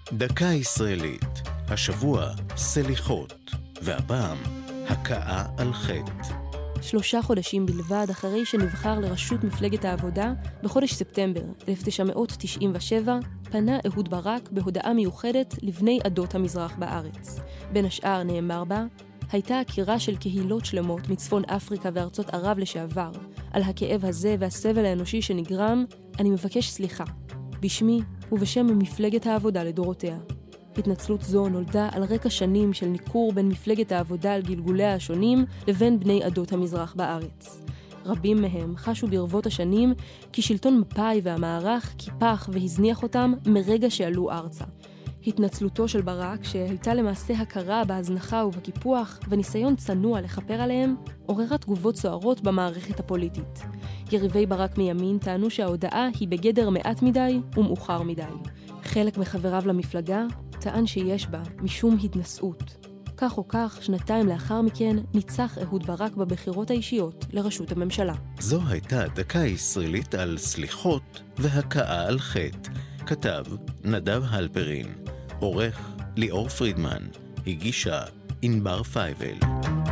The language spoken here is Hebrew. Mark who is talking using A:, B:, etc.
A: דקה ישראלית, השבוע סליחות, והפעם הכאה על חטא.
B: 3 חודשים בלבד אחרי שנבחר לראשות מפלגת העבודה, בחודש ספטמבר 1997, פנה אהוד ברק בהודעה מיוחדת לבני עדות המזרח בארץ. בין השאר נאמר בה, הייתה הכירה של קהילות שלמות מצפון אפריקה וארצות ערב לשעבר. על הכאב הזה והסבל האנושי שנגרם, אני מבקש סליחה. בשמי ובשם מפלגת העבודה לדורותיה. התנצלות זו נולדה על רקע שנים של ניכור בין מפלגת העבודה על גלגוליה השונים לבין בני עדות המזרח בארץ. רבים מהם חשו ברבות השנים כי שלטון מפא"י והמערך קיפח והזניח אותם מרגע שעלו ארצה. התנצלותו של ברק, שהייתה למעשה הכרה בהזנחה ובקיפוח וניסיון צנוע לחפר עליהם, עוררה תגובות סוערות במערכת הפוליטית. יריבי ברק מימין טענו שההודעה היא בגדר מעט מדי ומאוחר מדי. חלק מחבריו למפלגה טען שיש בה משום התנשאות. כך או כך, 2 לאחר מכן ניצח אהוד ברק בבחירות האישיות לראשות הממשלה.
A: זו הייתה דקה ישראלית על סליחות והכאה על חטא. כתב נדב הלפרין, עורך ליאור פרידמן, הגישה ענבר פייבל.